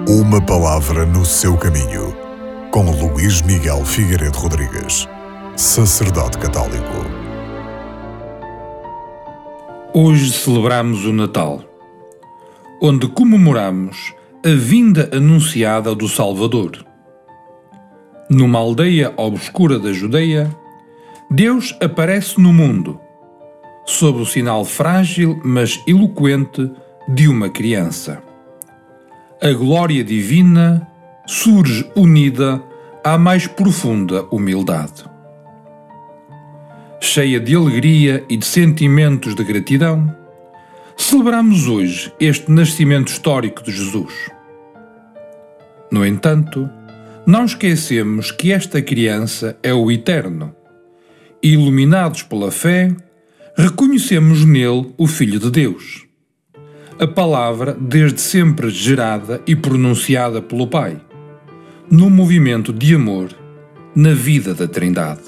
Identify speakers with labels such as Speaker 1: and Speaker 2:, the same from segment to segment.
Speaker 1: Uma palavra no seu caminho, com Luís Miguel Figueiredo Rodrigues, sacerdote católico.
Speaker 2: Hoje celebramos o Natal, onde comemoramos a vinda anunciada do Salvador. Numa aldeia obscura da Judeia, Deus aparece no mundo, sob o sinal frágil mas eloquente de uma criança. A glória divina surge unida à mais profunda humildade. Cheia de alegria e de sentimentos de gratidão, celebramos hoje este nascimento histórico de Jesus. No entanto, não esquecemos que esta criança é o Eterno, e, iluminados pela fé, reconhecemos nele o Filho de Deus, a palavra desde sempre gerada e pronunciada pelo Pai, num movimento de amor na vida da Trindade.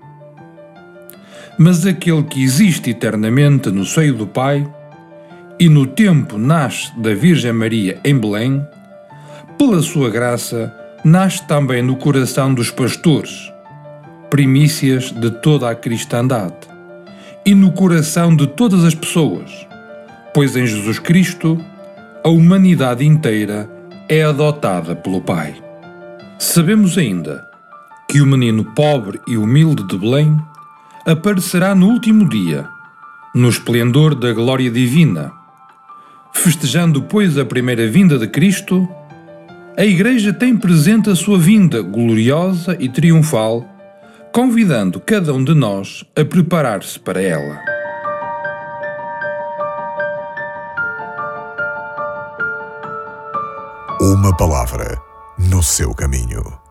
Speaker 2: Mas aquele que existe eternamente no seio do Pai e no tempo nasce da Virgem Maria em Belém, pela sua graça nasce também no coração dos pastores, primícias de toda a cristandade, e no coração de todas as pessoas, pois em Jesus Cristo a humanidade inteira é adotada pelo Pai. Sabemos ainda que o menino pobre e humilde de Belém aparecerá no último dia, no esplendor da glória divina. Festejando, pois, a primeira vinda de Cristo, a Igreja tem presente a sua vinda gloriosa e triunfal, convidando cada um de nós a preparar-se para ela.
Speaker 1: Uma palavra no seu caminho.